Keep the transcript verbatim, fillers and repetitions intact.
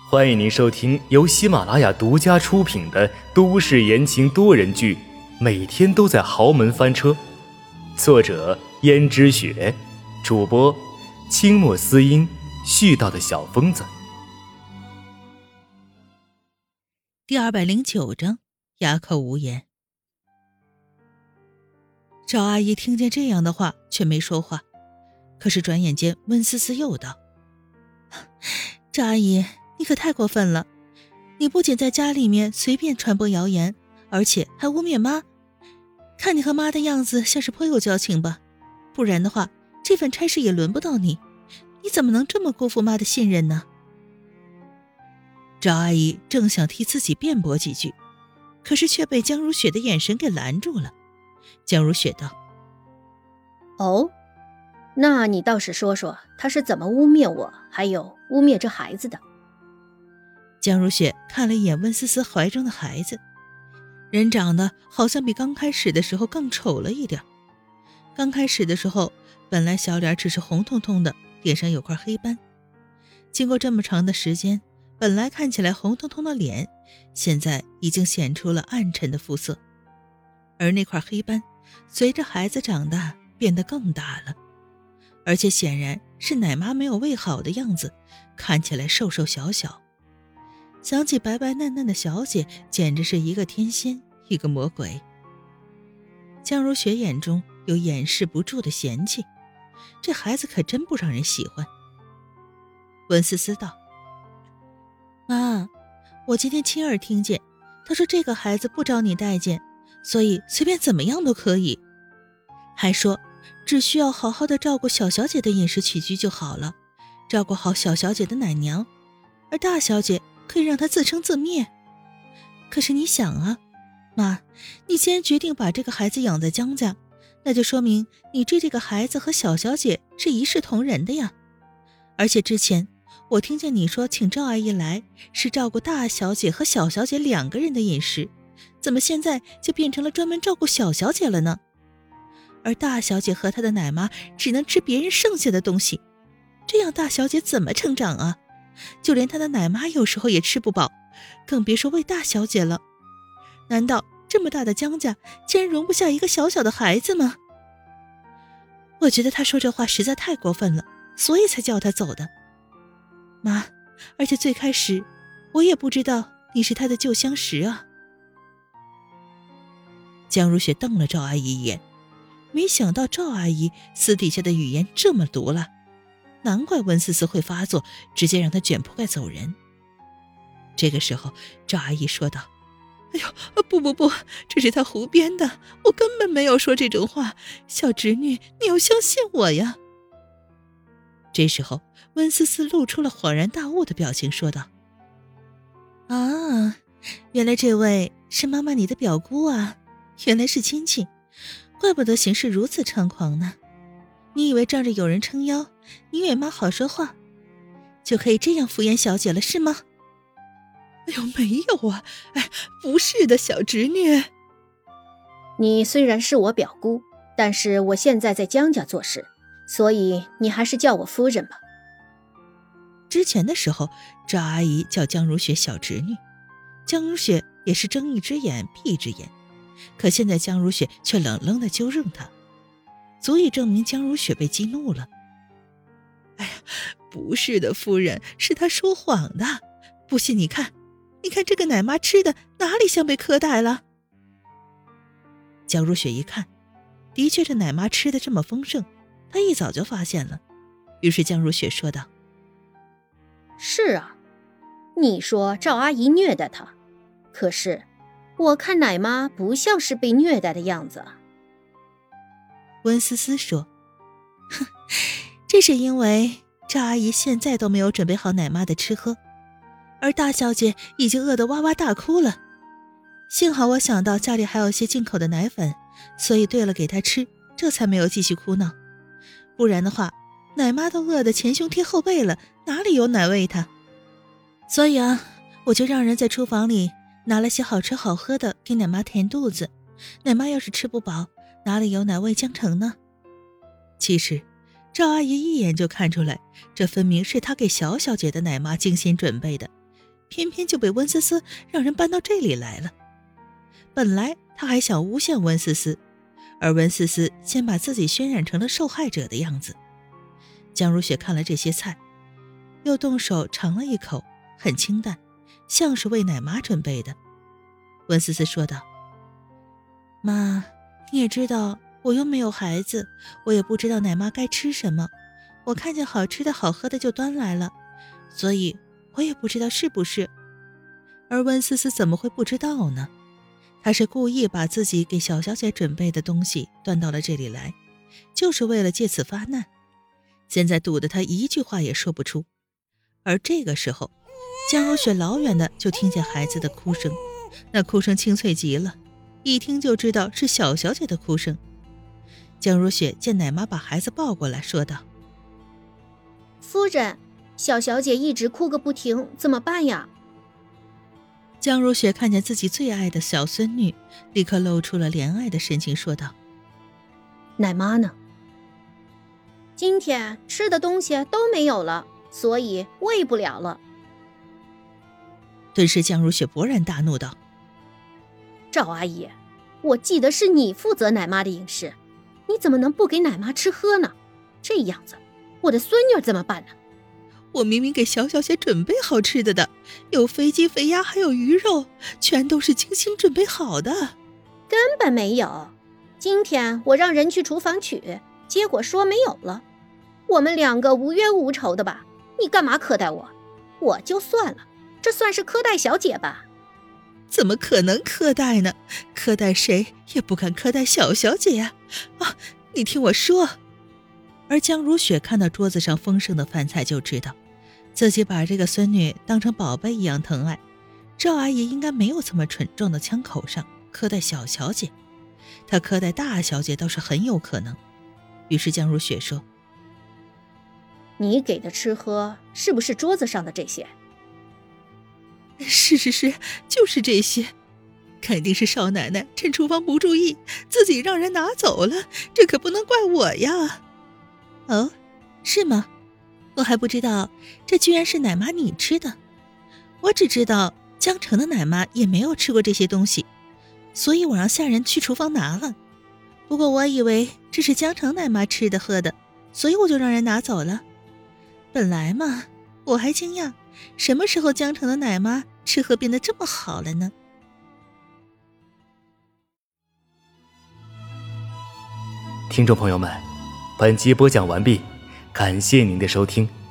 欢迎您收听由喜马拉雅独家出品的都市言情多人剧《每天都在豪门翻车》，作者胭脂雪，主播清墨思音，絮叨的小疯子。 第二百零九章，哑口无言。赵阿姨听见这样的话，却没说话。可是转眼间，温思思又道：“赵阿姨，你可太过分了！你不仅在家里面随便传播谣言，而且还污蔑妈。看你和妈的样子，像是颇有交情吧？不然的话，这份差事也轮不到你。你怎么能这么辜负妈的信任呢？”赵阿姨正想替自己辩驳几句，可是却被江如雪的眼神给拦住了。江如雪道：“ 哦，那你倒是说说他是怎么污蔑我，还有污蔑这孩子的。” 江如雪看了一眼温思思怀中的孩子，人长得好像比刚开始的时候更丑了一点。刚开始的时候，本来小脸只是红彤彤的，脸上有块黑斑，经过这么长的时间，本来看起来红彤彤的脸，现在已经显出了暗沉的肤色，而那块黑斑随着孩子长大变得更大了，而且显然是奶妈没有喂好的样子，看起来瘦瘦小小。想起白白嫩嫩的小姐，简直是一个天仙一个魔鬼。江如雪眼中有掩饰不住的嫌弃，这孩子可真不让人喜欢。温思思道：“妈，我今天亲耳听见，他说这个孩子不招你待见，所以随便怎么样都可以。还说只需要好好的照顾小小姐的饮食起居就好了，照顾好小小姐的奶娘，而大小姐可以让她自生自灭。可是你想啊，妈，你既然决定把这个孩子养在江家，那就说明你对这个孩子和小小姐是一视同仁的呀。而且之前我听见你说请赵阿姨来是照顾大小姐和小小姐两个人的饮食，怎么现在就变成了专门照顾小小姐了呢？而大小姐和她的奶妈只能吃别人剩下的东西，这样大小姐怎么成长啊？就连她的奶妈有时候也吃不饱，更别说喂大小姐了。难道这么大的江家竟然容不下一个小小的孩子吗？我觉得她说这话实在太过分了，所以才叫她走的。妈，而且最开始我也不知道你是她的旧相识啊。江如雪瞪了赵阿姨一眼，没想到赵阿姨私底下的语言这么毒辣，难怪温思思会发作，直接让她卷铺盖走人。这个时候赵阿姨说道：“哎呦，不不不，这是她胡编的，我根本没有说这种话，小侄女你要相信我呀。”这时候温思思露出了恍然大悟的表情，说道：“啊，原来这位是妈妈你的表姑啊，原来是亲戚，怪不得行事如此猖狂呢。你以为仗着有人撑腰，你以为妈好说话，就可以这样敷衍小姐了是吗？”“哎呦，没有啊，哎，不是的，小侄女。 你虽然是我表姑，但是我现在在江家做事，所以你还是叫我夫人吧。” 之前的时候，赵阿姨叫江如雪小侄女，江如雪也是睁一只眼闭一只眼，可现在江如雪却冷冷地纠正她，足以证明江如雪被激怒了。“哎呀，不是的，夫人，是她说谎的。不信你看，你看这个奶妈吃的哪里像被苛待了？”江如雪一看，的确这奶妈吃的这么丰盛，她一早就发现了。于是江如雪说道：“ 是啊，你说赵阿姨虐待她，可是我看奶妈不像是被虐待的样子。” 温思思说：“哼，这是因为赵阿姨现在都没有准备好奶妈的吃喝，而大小姐已经饿得哇哇大哭了。幸好我想到家里还有些进口的奶粉，所以兑了给她吃，这才没有继续哭闹。不然的话，奶妈都饿得前胸贴后背了，哪里有奶喂她？所以啊，我就让人在厨房里拿了些好吃好喝的给奶妈填肚子。奶妈要是吃不饱，哪里有奶喂江城呢？”其实赵阿姨一眼就看出来，这分明是她给小小姐的奶妈精心准备的， 偏偏就被温思思让人搬到这里来了。本来他还想诬陷温思思，而温思思先把自己渲染成了受害者的样子。江如雪看了这些菜，又动手尝了一口，很清淡，像是为奶妈准备的。温思思说道：妈，你也知道我又没有孩子，我也不知道奶妈该吃什么，我看见好吃的好喝的就端来了，所以我也不知道是不是。而温思思怎么会不知道呢？她是故意把自己给小小姐准备的东西端到了这里来，就是为了借此发难。现在堵得她一句话也说不出。而这个时候，江如雪老远的就听见孩子的哭声，那哭声清脆极了，一听就知道是小小姐的哭声。江如雪见奶妈把孩子抱过来，说道： 夫人，小小姐一直哭个不停，怎么办呀？ 江如雪看见自己最爱的小孙女，立刻露出了怜爱的神情，说道： 奶妈呢？今天吃的东西都没有了，所以喂不了了。 顿时江如雪勃然大怒道： 赵阿姨，我记得是你负责奶妈的饮食，你怎么能不给奶妈吃喝呢？这样子我的孙女怎么办呢？ 我明明给小小姐准备好吃的的，有飞鸡肥鸭还有鱼肉，全都是精心准备好的。 根本没有，今天我让人去厨房取，结果说没有了。我们两个无冤无仇的吧，你干嘛苛待我？我就算了，这算是苛待小姐吧？ 怎么可能苛待呢？苛待谁也不敢苛待小小姐呀！啊，你听我说。而江如雪看到桌子上丰盛的饭菜，就知道自己把这个孙女当成宝贝一样疼爱。赵阿姨应该没有这么蠢，撞到枪口上苛待小小姐，她苛待大小姐倒是很有可能。于是江如雪说： 你给的吃喝是不是桌子上的这些？ 是是是，就是这些。肯定是少奶奶趁厨房不注意，自己让人拿走了，这可不能怪我呀。哦，是吗？我还不知道这居然是奶妈你吃的。我只知道江城的奶妈也没有吃过这些东西，所以我让下人去厨房拿了。不过我以为这是江城奶妈吃的喝的，所以我就让人拿走了。本来嘛，我还惊讶什么时候江城的奶妈吃喝变得这么好了呢？ 听众朋友们，本集播讲完毕，感谢您的收听。